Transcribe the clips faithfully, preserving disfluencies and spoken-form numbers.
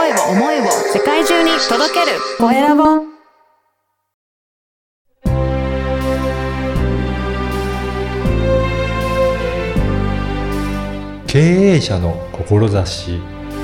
声を、思いを世界中に届けるコエラボ。 経営者の志。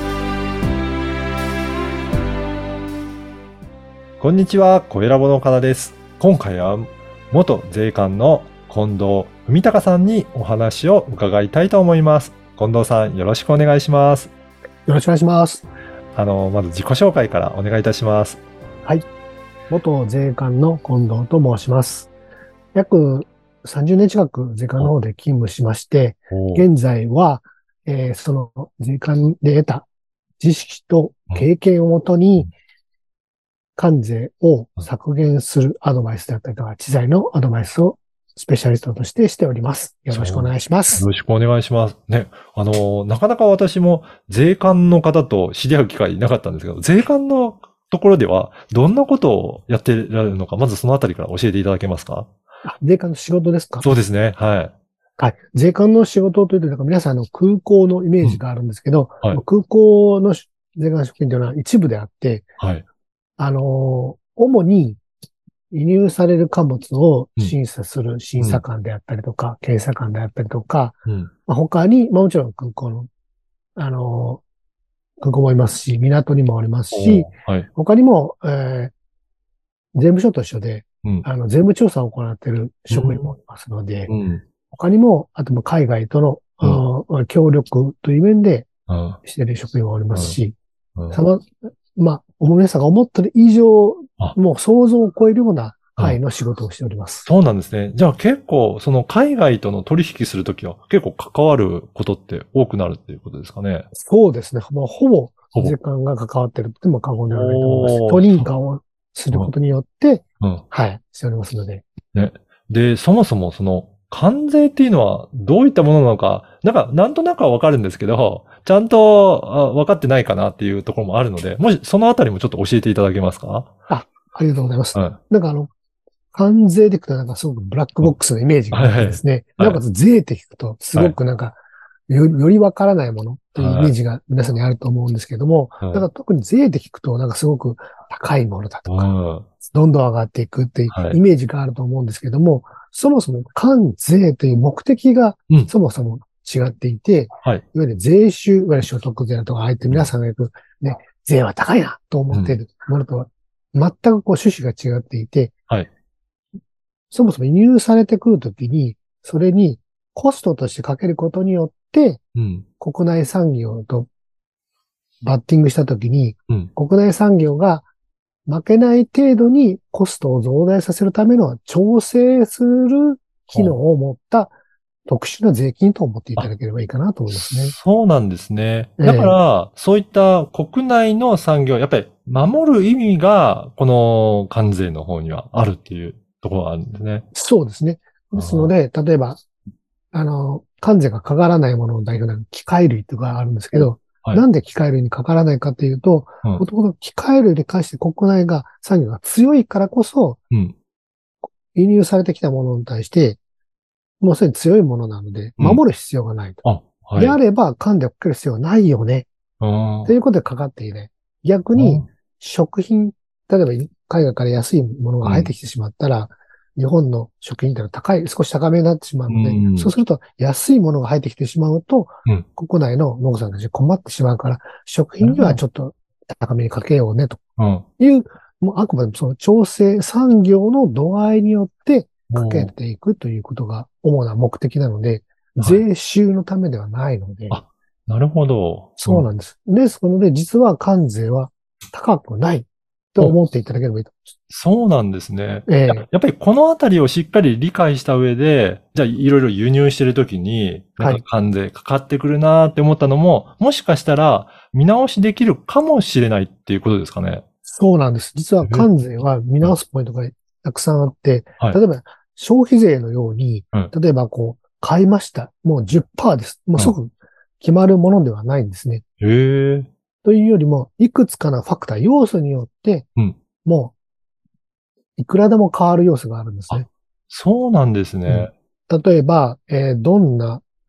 こんにちは、コエラボの岡田です。今回は元税関の近藤文隆さんにお話を伺いたいと思います。近藤さん、よろしくお願いします。 よろしくお願いします。 あの、まず自己紹介からお願いいたします。 はい。元税関の近藤と申します。約さんじゅうねん近く税関の方で勤務しまして、現在は、えー、その税関で得た知識と経験をもとに、関税を削減するアドバイスだったりとか、知財のアドバイスをスペシャリストとしてしております。よろしくお願いします。 よろしくお願いします。ね。あの、なかなか私も税関の方と知り合う機会なかったんですけど、税関のところではどんなことをやってられるのか、まずそのあたりから教えていただけますか？ あ、税関の仕事ですか？ そうですね。はい。 はい。税関の仕事というと、なんか皆さんの空港のイメージがあるんですけど、うんはい、空港の税関職員というのは一部であって、はい。あの、主に輸入される貨物を審査する審査官であったりとか、うん、検査官であったりとか、うんまあ、他に、まあもちろん空港の、あの、空港もいますし、港にもありますし、はい、他にも、えー、税務署と一緒で、うん、あの、税務調査を行っている職員もいますので、うん、他にも、あとも海外との、うん、協力という面でしている職員もおりますし、うんうん、その、まあ、皆さんが思ってる以上、もう想像を超えるような範囲の仕事をしております。 そうなんですね。じゃあ結構、その海外との取引するときは結構関わることって多くなるっていうことですかね。 そうですね。まあ、ほぼ、税関が関わってるっても過言ではないと思います。都認可をすることによって、うんうん、はい、しておりますので。 ね。で、そもそもその、関税っていうのはどういったものなのか、なんか、なんとなくはわかるんですけど、ちゃんと分かってないかなっていうところもあるので、もしそのあたりもちょっと教えていただけますか？ あ、ありがとうございます。はい、なんかあの、関税で聞くとなんかすごくブラックボックスのイメージがあってですね、はいはい、なおかつ税って聞くとすごくなんか、より、よりわからないものというイメージが皆さんにあると思うんですけども、はい、だから特に税って聞くとなんかすごく高いものだとか、うん、どんどん上がっていくっていうイメージがあると思うんですけども、はいそもそも関税という目的がそもそも違っていて、うんはい、いわゆる税収、いわゆる所得税とか入って皆さんがよくね、税は高いなと思っているものとは全くこう趣旨が違っていて、はい、そもそも輸入されてくるときに、それにコストとしてかけることによって、うん、国内産業とバッティングしたときに、うん、国内産業が負けない程度にコストを増大させるための調整する機能を持った特殊な税金と思っていただければいいかなと思いますね。 そうなんですね。だから、えー、そういった国内の産業、やっぱり守る意味が、この関税の方にはあるっていうところがあるんですね。 そうですね。ですので、例えば、あの、関税がかからないものの代表な機械類とかあるんですけど、はい、なんで機械類にかからないかというと、もともと機械類に関して国内が産業が強いからこそ、うん、輸入されてきたものに対して、もうすでに強いものなので、守る必要がないと。うんあはい、であれば、関税をかける必要はないよね。ということでかかっていない。逆に、食品、例えば海外から安いものが入ってきてしまったら、うん、日本の食品ってのは高い、少し高めになってしまうので、うん、そうすると安いものが入ってきてしまうと、うん、国内の農家さんたち困ってしまうから、食品にはちょっと高めにかけようね、という、もうあくまでもその調整産業の度合いによってかけていくということが主な目的なので、税収のためではないので。 あ、なるほど。 そうなんです。ですので、実は関税は高くないと思っていただければいいと思います。 そうなんですね。えー、やっぱりこのあたりをしっかり理解した上で、じゃあいろいろ輸入してるときに、なんか関税かかってくるなーって思ったのも、はい、もしかしたら見直しできるかもしれないっていうことですかね。 そうなんです。実は関税は見直すポイントがたくさんあって、はい、例えば消費税のように、例えばこう、買いました。もう じゅっパーセント です。もう即決まるものではないんですね。 へー。 というよりも、いくつかのファクター、要素によって、うん、もう、いくらでも変わる要素があるんですね。 そうなんですね。 うん、例えば、えー、どんな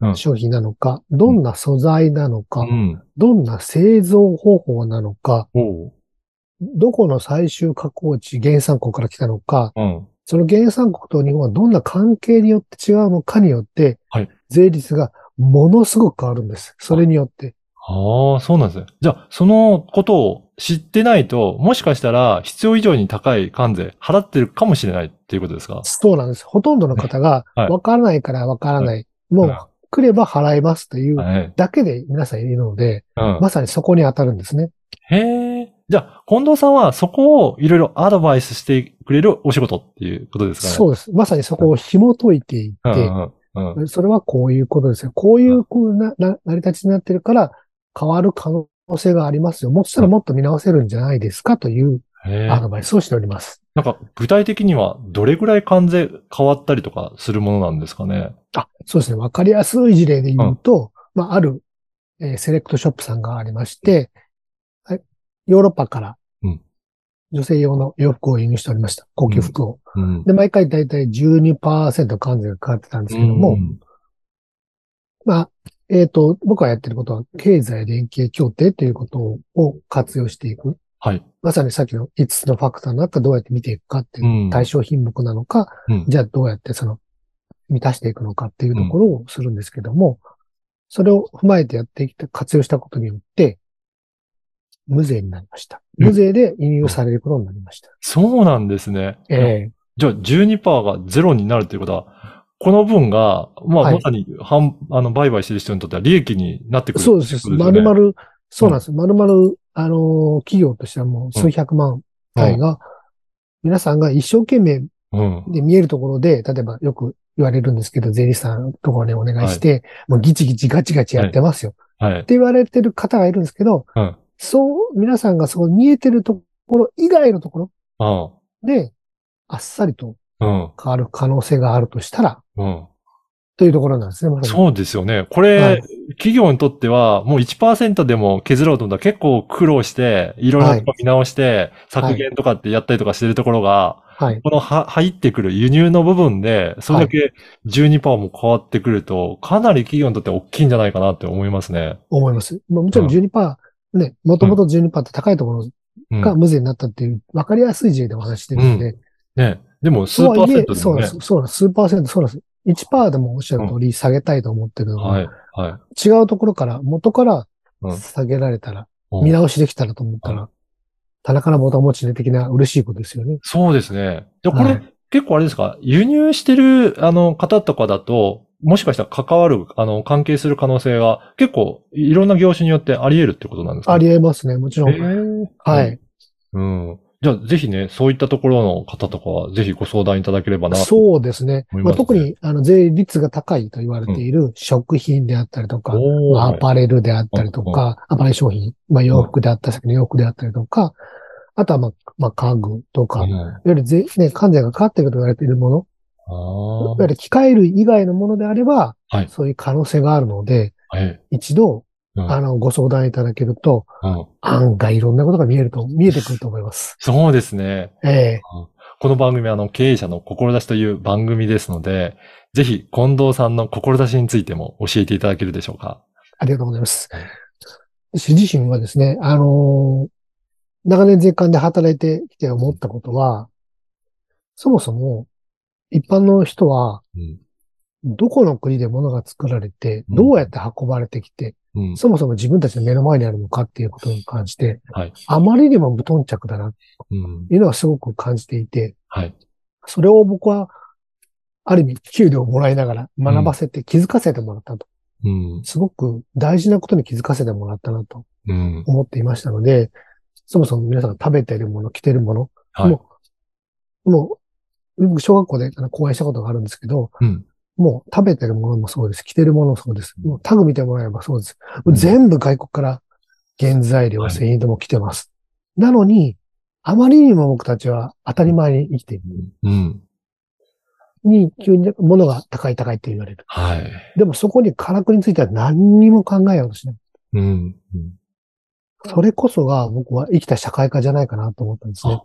商品なのか、うん、どんな素材なのか、 うん、 どんな製造方法なのか、 おうどこの最終加工地、原産国から来たのか、 うん、 その原産国と日本はどんな関係によって違うのかによって、 はい、 税率がものすごく変わるんです。それによって。 ああ、そうなんですね。じゃあ、そのことを知ってないと、もしかしたら必要以上に高い関税払ってるかもしれないっていうことですか？ そうなんです。ほとんどの方が、 はい。 わからないからわからない。もう、来れば払いますというだけで皆さんいるので、 うん、 まさにそこに当たるんですね。 へえ。じゃあ、近藤さんはそこをいろいろアドバイスしてくれるお仕事っていうことですかね？ そうです。まさにそこを紐解いていって、うんうんうん、それはこういうことですよ。こういうこうなな成り立ちになってるから変わる可能性がありますよ。もっとしたらもっと見直せるんじゃないですかというアドバイスをしております。 なんか具体的にはどれぐらい関税変わったりとかするものなんですかね？ あ、そうですね。わかりやすい事例で言うと、うん、まあ、ある、えー、セレクトショップさんがありまして、はい、ヨーロッパから女性用の洋服を輸入しておりました。高級服を。うんうん、で、毎回だいたい じゅうにパーセント 関税がかかってたんですけども、うん、まあ、えっと、僕がやってることは、経済連携協定ということを活用していく。 はい。 まさにさっきのいつつのファクターの中どうやって見ていくかっていう、対象品目なのか、うん、じゃあどうやってその、満たしていくのかっていうところをするんですけども、うん、それを踏まえてやってきて活用したことによって、無税になりました。無税で輸入されることになりました。 そうなんですね。 ええー。 じゃあ じゅうにパーセント がゼロになるということは、この分が、まあ、はい、まさに、販、あの、売買してる人にとっては利益になってくる、 そうです。まるまる、そうなんです。まるまる、あの、企業としてはもう数百万単位が、うん、皆さんが一生懸命で見えるところで、例えばよく言われるんですけど、税理士さんのところにお願いして、はい、もうギチギチガチガチやってますよ。はいはい、って言われてる方がいるんですけど、うんそう、皆さんがそこ見えてるところ以外のところで、あっさりと変わる可能性があるとしたら、うん、というところなんですね。ま、 そうですよね。これ、はい、企業にとってはもう いちパーセント でも削ろうと思ったら結構苦労して、いろいろと見直して、削減とかってやったりとかしてるところが、はい、このは入ってくる輸入の部分で、それだけ じゅうにパーセント も変わってくると、かなり企業にとって大きいんじゃないかなって思いますね。 思います。もちろん じゅうにパーセント、うんね、もともと じゅうにパーセント って高いところが無税になったっていう、わかりやすい事例でお話してるので。うん、 ね。でも、数パーセントでもね。 そうなんです。そうなんです。数パーセント、そうなんです。いちパーセント でもおっしゃる通り下げたいと思ってるのが、うん、はい。はい。違うところから、元から下げられたら、うん、見直しできたらと思ったら、うん、田中の元持ちね的な嬉しいことですよね。 そうですね。じゃこれ、はい、結構あれですか、輸入してる、あの、方とかだと、もしかしたら関わる、あの、関係する可能性が結構いろんな業種によってあり得るってことなんですか？ あり得ますね、もちろん。はい。 うん。じゃあ、ぜひね、そういったところの方とかは、ぜひご相談いただければなと、ね。 そうですね。まあ、特に、あの、税率が高いと言われている食品であったりとか、うんまあ、アパレルであったりとか、はい、アパレル商品、まあ、洋服であったり、先の洋服であったりとか、あとは、まあ、まあ、家具とか、うん、いわゆる税、ね、関税がかかっていると言われているもの、いわゆる機械類以外のものであれば、はい、そういう可能性があるので、はい、一度、うん、あの、ご相談いただけると、うん、案外いろんなことが見えると、見えてくると思います。 そうですね。 ええうん。この番組は、あの、経営者の志という番組ですので、ぜひ、近藤さんの志についても教えていただけるでしょうか。 ありがとうございます。私自身はですね、あのー、長年税関で働いてきて思ったことは、そもそも、一般の人は、どこの国で物が作られて、どうやって運ばれてきて、うん、そもそも自分たちの目の前にあるのかっていうことに関して、はい、あまりにも無頓着だな、というのはすごく感じていて、はい、それを僕は、ある意味、給料をもらいながら学ばせて気づかせてもらったと。うん、すごく大事なことに気づかせてもらったなと思っていましたので、そもそも皆さんが食べているもの、着ているもの、はい、もう、もう、小学校で講演したことがあるんですけど、うんもう食べてるものもそうです。着てるものもそうです。もうタグ見てもらえばそうです。うん、全部外国から原材料、製品とも来てます。はい、なのに、あまりにも僕たちは当たり前に生きている。うん。に、急に物が高い高いって言われる。はい。でもそこに価格については何にも考えようとしない。うん。うん、それこそが僕は生きた社会科じゃないかなと思ったんですね。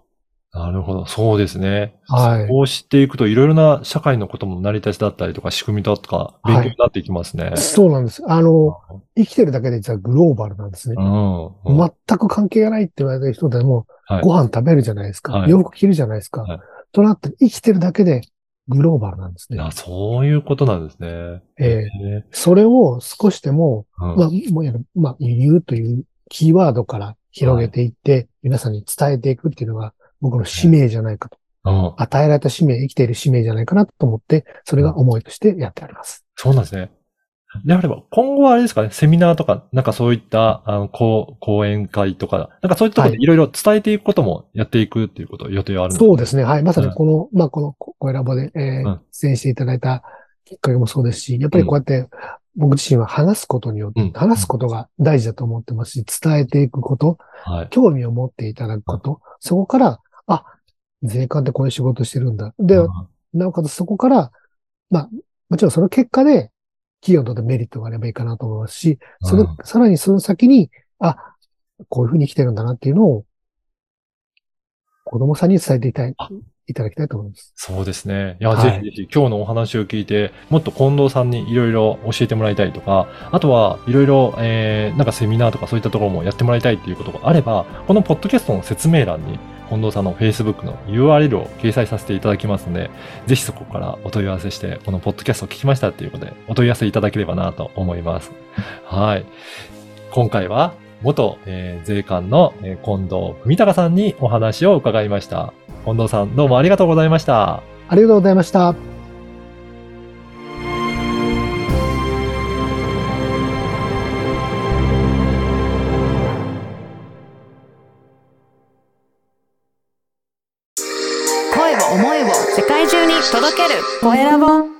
なるほど。そうですね。 はい。 こうしていくといろいろな社会のことも成り立ちだったりとか仕組みとか勉はい。 強になっていきますね。 そうなんです。あの、生きてるだけで実はグローバルなんですね。 うん。うん。 全く関係がないって言われてる人でも、 はい。 ご飯食べるじゃないですか。 はい。 洋服着るじゃないですか。 はい。 となって生きてるだけでグローバルなんですね。 いや、そういうことなんですね。へええ、 え。 それを少しでも、 うん。 まあ、もうやる、まあ、輸入というキーワードから広げはい。 ていって、皆さんに伝えていくっていうのが僕の使ね。 命じゃないかと。 うん。 与えられた使命、生きている使命じゃないかなと思って、それうん。 が思いとしてやっております。 そうなんですね。であれば、今後はあれですかね、セミナーとか、なんかそういった、あの、講、講演会とか、なんかそういったとこはい。 ろでいろいろ伝えていくこともやっていくっていうこと、予定はあるんですかね。 そうですね。はい。まさうん。 にこの、まあ、この声ラボで、えーうん。 出演していただいたきっかけもそうですし、やっぱうん。 りこうやって僕自身は話すことによって、 うん。うん。 話すことが大事だと思ってますし、伝えていくこと、 はい。 興味を持っていただくうん。 こと、そこから、あ、税関ってこういう仕事してるんだ。で、 うん。 なおかつそこから、まあ、もちろんその結果で企業にとってメリットがあればいいかなと思いますし、その、 うん。 さらにその先に、あ、こういうふうに生きてるんだなっていうのを子供さんに伝えていたい、 あ、 いただきたいと思います。 そうですね。いや、ぜはい。 ひぜひ今日のお話を聞いて、もっと近藤さんにいろいろ教えてもらいたいとか、あとはいろいろ、えー、なんかセミナーとかそういったところもやってもらいたいっていうことがあれば、このポッドキャストの説明欄に近藤さんの Facebook の ユーアールエル を掲載させていただきますので、ぜひそこからお問い合わせして、このポッドキャストを聞きましたっていうことで、お問い合わせいただければなと思います。はい。今回は、元、えー税関の、えー近藤文隆さんにお話を伺いました。近藤さん、どうもありがとうございました。 ありがとうございました。 声を思いを世界中に届けるコエラボ。